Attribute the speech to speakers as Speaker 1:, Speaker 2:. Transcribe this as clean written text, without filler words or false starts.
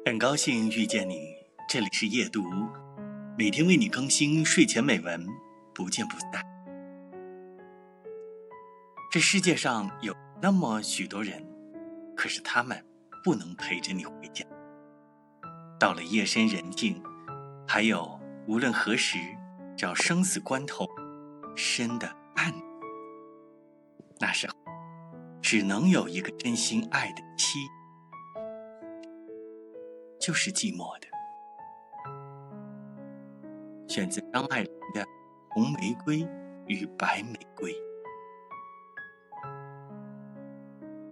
Speaker 1: 很高兴遇见你，这里是夜读，每天为你更新睡前美文，不见不散。这世界上有那么许多人，可是他们不能陪着你回家。到了夜深人静，还有无论何时，只要生死关头，深的暗的，那时候只能有一个真心爱的妻，就是寂寞的。选自张爱玲的《红玫瑰与白玫瑰》。